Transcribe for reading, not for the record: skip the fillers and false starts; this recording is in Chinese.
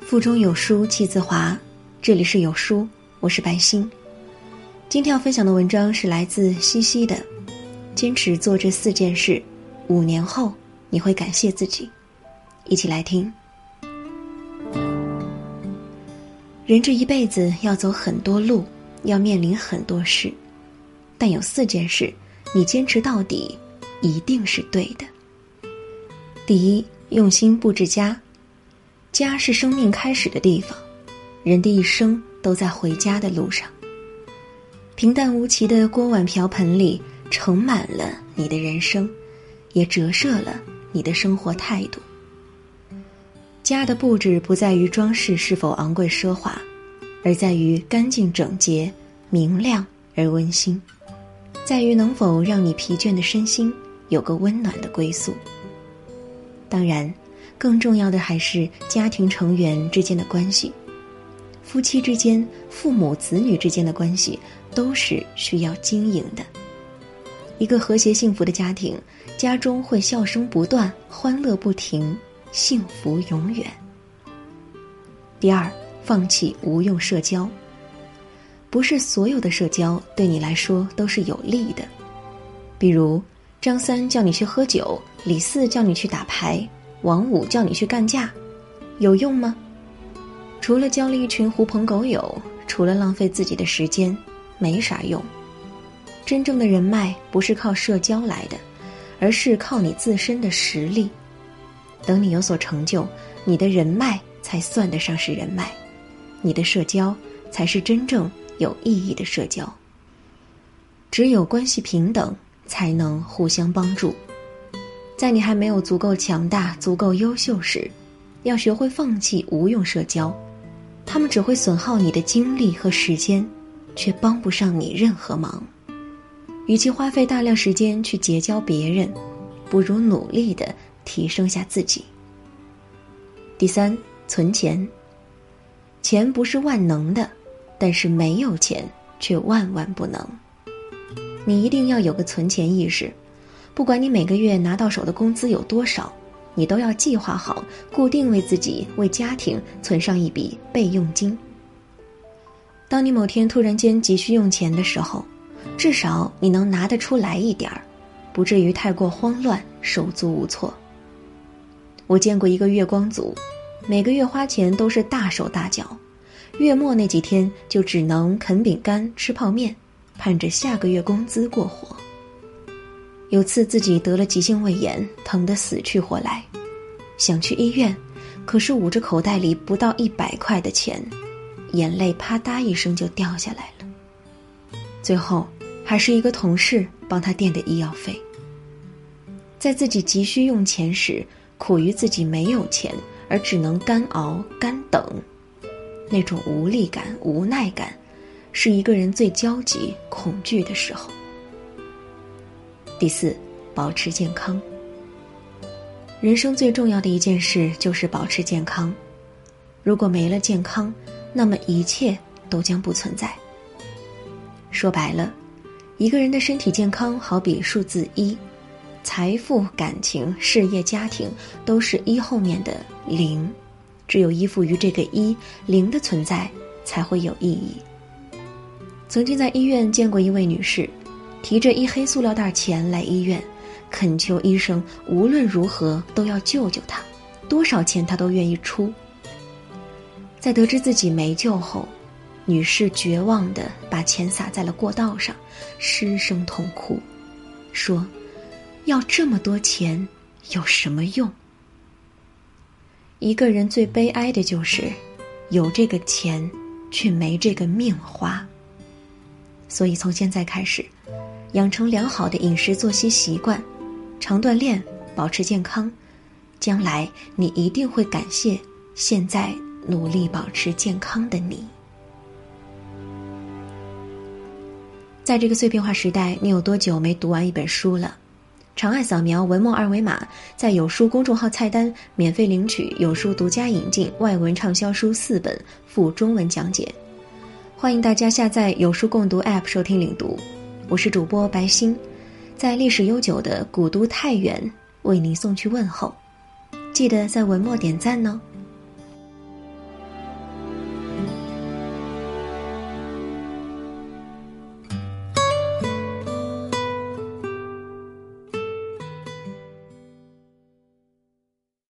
腹中有书气自华，这里是有书，我是白昕。今天要分享的文章是来自西西的，坚持做这4件事，5年后你会感谢自己。一起来听。人这一辈子要走很多路，要面临很多事，但有4件事你坚持到底一定是对的。第一，用心布置家。家是生命开始的地方，人的一生都在回家的路上。平淡无奇的锅碗瓢盆里盛满了你的人生，也折射了你的生活态度。家的布置不在于装饰是否昂贵奢华，而在于干净整洁、明亮而温馨，在于能否让你疲倦的身心有个温暖的归宿。当然，更重要的还是家庭成员之间的关系，夫妻之间、父母子女之间的关系都是需要经营的。一个和谐幸福的家庭，家中会笑声不断，欢乐不停，幸福永远。第二，放弃无用社交。不是所有的社交对你来说都是有利的，比如张三叫你去喝酒，李四叫你去打牌，王五叫你去干架，有用吗？除了交了一群狐朋狗友，除了浪费自己的时间，没啥用。真正的人脉不是靠社交来的，而是靠你自身的实力。等你有所成就，你的人脉才算得上是人脉，你的社交才是真正有意义的社交。只有关系平等，才能互相帮助。在你还没有足够强大、足够优秀时，要学会放弃无用社交，他们只会损耗你的精力和时间，却帮不上你任何忙。与其花费大量时间去结交别人，不如努力地提升下自己。第三，存钱。钱不是万能的，但是没有钱却万万不能。你一定要有个存钱意识，不管你每个月拿到手的工资有多少，你都要计划好，固定为自己、为家庭存上一笔备用金。当你某天突然间急需用钱的时候，至少你能拿得出来一点儿，不至于太过慌乱，手足无措。我见过一个月光族，每个月花钱都是大手大脚，月末那几天就只能啃饼干、吃泡面，盼着下个月工资过活。有次自己得了急性胃炎，疼得死去活来，想去医院，可是捂着口袋里不到100块的钱，眼泪啪嗒一声就掉下来了。最后还是一个同事帮他垫的医药费。在自己急需用钱时，苦于自己没有钱，而只能干熬干等，那种无力感、无奈感，是一个人最焦急、恐惧的时候。第4，保持健康。人生最重要的一件事就是保持健康。如果没了健康，那么一切都将不存在。说白了，一个人的身体健康好比数字1，财富、感情、事业、家庭都是1后面的0，只有依附于这个1，0的存在才会有意义。曾经在医院见过一位女士，提着1黑塑料袋钱来医院，恳求医生无论如何都要救救她，多少钱她都愿意出。在得知自己没救后，女士绝望地把钱撒在了过道上，失声痛哭，说要这么多钱有什么用？一个人最悲哀的就是有这个钱却没这个命花。所以从现在开始，养成良好的饮食作息习惯，常锻炼，保持健康，将来你一定会感谢现在努力保持健康的你。在这个碎片化时代，你有多久没读完一本书了？长按扫描文末2维码，在有书公众号菜单免费领取有书独家引进外文畅销书4本附中文讲解。欢迎大家下载有书共读 App 收听领读。我是主播白昕，在历史悠久的古都太原为您送去问候。记得在文末点赞哦。